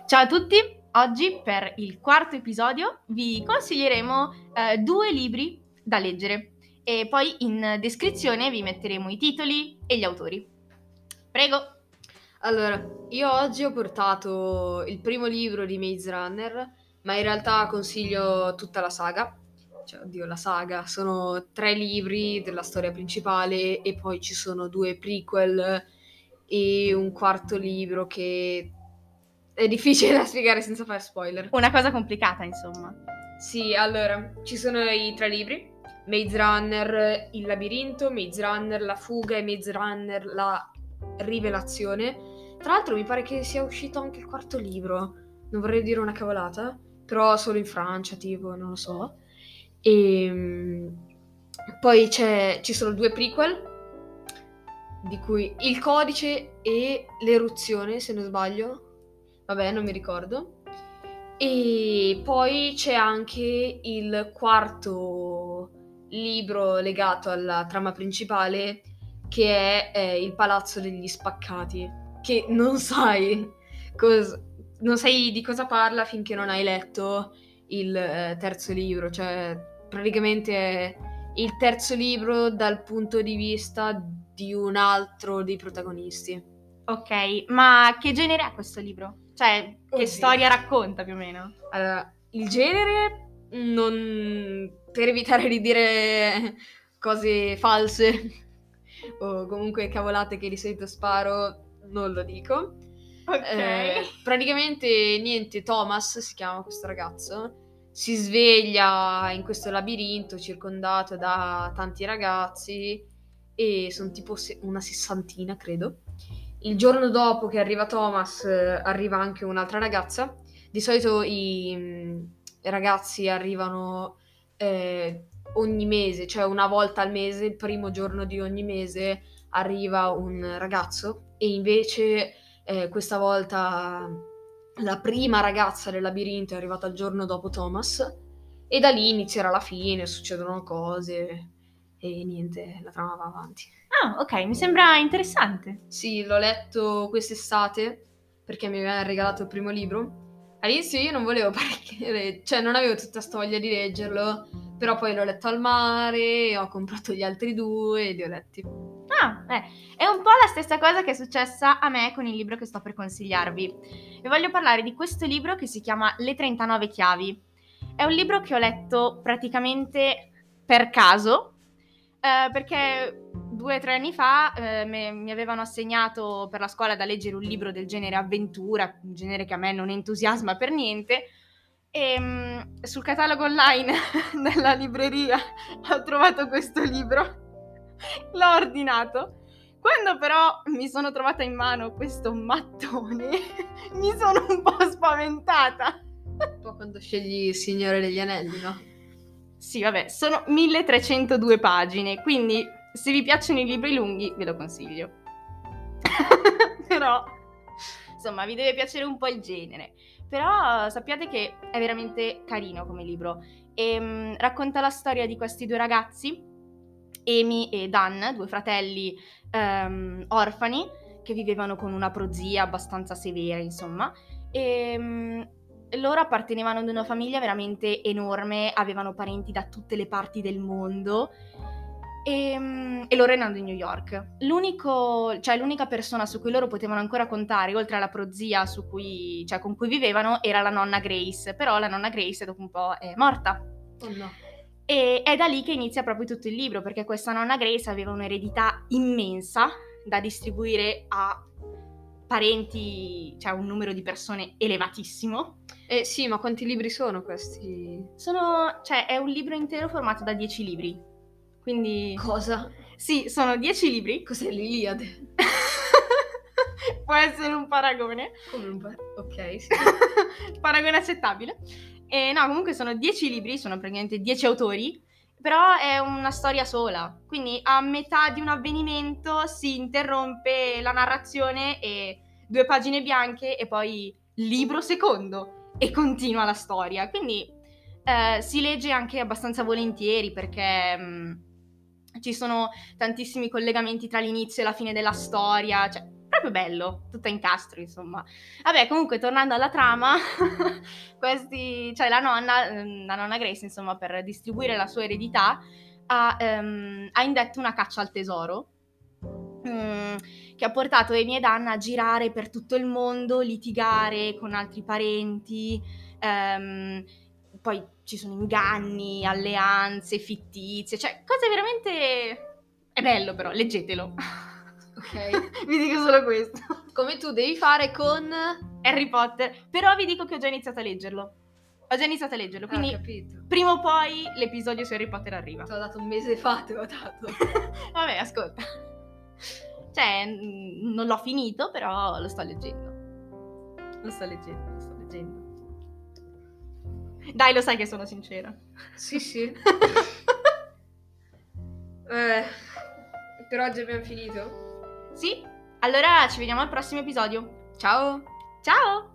Ciao a tutti, oggi per il quarto episodio vi consiglieremo due libri da leggere e poi in descrizione vi metteremo i titoli e gli autori. Prego! Allora, io oggi ho portato il primo libro di Maze Runner, ma in realtà consiglio tutta la saga. Cioè, oddio, la saga. Sono 3 libri della storia principale e poi ci sono 2 prequel e un quarto libro che è difficile da spiegare senza fare spoiler. Una cosa complicata, insomma. Sì, allora, ci sono i 3 libri. Maze Runner, il labirinto, Maze Runner, la fuga e Maze Runner, la rivelazione. Tra l'altro mi pare che sia uscito anche il quarto libro. Non vorrei dire una cavolata, però solo in Francia, tipo, non lo so. E poi ci sono 2 prequel, di cui il codice e l'eruzione, se non sbaglio. Vabbè, non mi ricordo. E poi c'è anche il quarto libro legato alla trama principale, che è Il Palazzo degli Spaccati, che non sai di cosa parla finché non hai letto il terzo libro. Cioè, praticamente è il terzo libro dal punto di vista di un altro dei protagonisti. Ok, ma che genere è questo libro? Cioè, che Oddio. storia racconta più o meno? Allora, il genere, non, per evitare di dire cose false o comunque cavolate che di solito sparo, non lo dico. Ok. Praticamente niente, Thomas si chiama questo ragazzo, si sveglia in questo labirinto circondato da tanti ragazzi e sono tipo una sessantina, credo. Il giorno dopo che arriva Thomas, arriva anche un'altra ragazza. Di solito i ragazzi arrivano ogni mese, cioè una volta al mese, il primo giorno di ogni mese arriva un ragazzo, e invece questa volta la prima ragazza del labirinto è arrivata il giorno dopo Thomas, e da lì inizierà la fine, succedono cose e niente, la trama va avanti. Ah, ok, mi sembra interessante. Sì, l'ho letto quest'estate perché mi avevano regalato il primo libro. All'inizio io non volevo cioè non avevo tutta sta voglia di leggerlo, però poi l'ho letto al mare, ho comprato gli altri 2 e li ho letti. Ah, è un po' la stessa cosa che è successa a me con il libro che sto per consigliarvi. Vi voglio parlare di questo libro che si chiama Le 39 chiavi. È un libro che ho letto praticamente per caso, perché 2 o 3 anni fa mi avevano assegnato per la scuola da leggere un libro del genere avventura, un genere che a me non entusiasma per niente, e sul catalogo online della libreria ho trovato questo libro, l'ho ordinato. Quando però mi sono trovata in mano questo mattone, mi sono un po' spaventata. Un po' quando scegli Il Signore degli Anelli, no? Sì, vabbè, sono 1302 pagine, quindi se vi piacciono i libri lunghi ve lo consiglio. Però, insomma, vi deve piacere un po' il genere. Però sappiate che è veramente carino come libro. E racconta la storia di questi 2 ragazzi, Amy e Dan, 2 fratelli orfani, che vivevano con una prozia abbastanza severa, insomma. E loro appartenevano ad una famiglia veramente enorme, avevano parenti da tutte le parti del mondo e loro erano di New York. L'unica persona su cui loro potevano ancora contare, oltre alla prozia con cui vivevano, era la nonna Grace. Però la nonna Grace dopo un po' è morta. Oh no. E è da lì che inizia proprio tutto il libro, perché questa nonna Grace aveva un'eredità immensa da distribuire a parenti, cioè un numero di persone elevatissimo. Sì, ma quanti libri sono questi? È un libro intero formato da 10 libri. Quindi... Cosa? Sì, sono 10 libri. Cos'è l'Iliade? Può essere un paragone. Come un ok, sì. Paragone accettabile. No, comunque sono 10 libri, sono praticamente 10 autori, però è una storia sola. Quindi a metà di un avvenimento si interrompe la narrazione e 2 pagine bianche e poi libro secondo e continua la storia. Quindi si legge anche abbastanza volentieri perché ci sono tantissimi collegamenti tra l'inizio e la fine della storia, cioè proprio bello, tutto a incastro, insomma. Vabbè, comunque, tornando alla trama, cioè la nonna Grace, insomma, per distribuire la sua eredità, ha indetto una caccia al tesoro, che ha portato Amy ed Anna a girare per tutto il mondo, litigare con altri parenti, poi ci sono inganni, alleanze fittizie, cioè cose veramente... È bello però, leggetelo. Ok. Vi dico solo questo. Come tu devi fare con... Harry Potter, però vi dico che ho già iniziato a leggerlo. Ho già iniziato a leggerlo, Ho quindi capito. prima o poi l'episodio su Harry Potter arriva. Te l'ho dato un mese fa, te l'ho dato. Vabbè, ascolta. Cioè, non l'ho finito, però lo sto leggendo. Lo sto leggendo. Dai, lo sai che sono sincera. Sì, sì. Per oggi abbiamo finito. Sì, allora ci vediamo al prossimo episodio. Ciao. Ciao!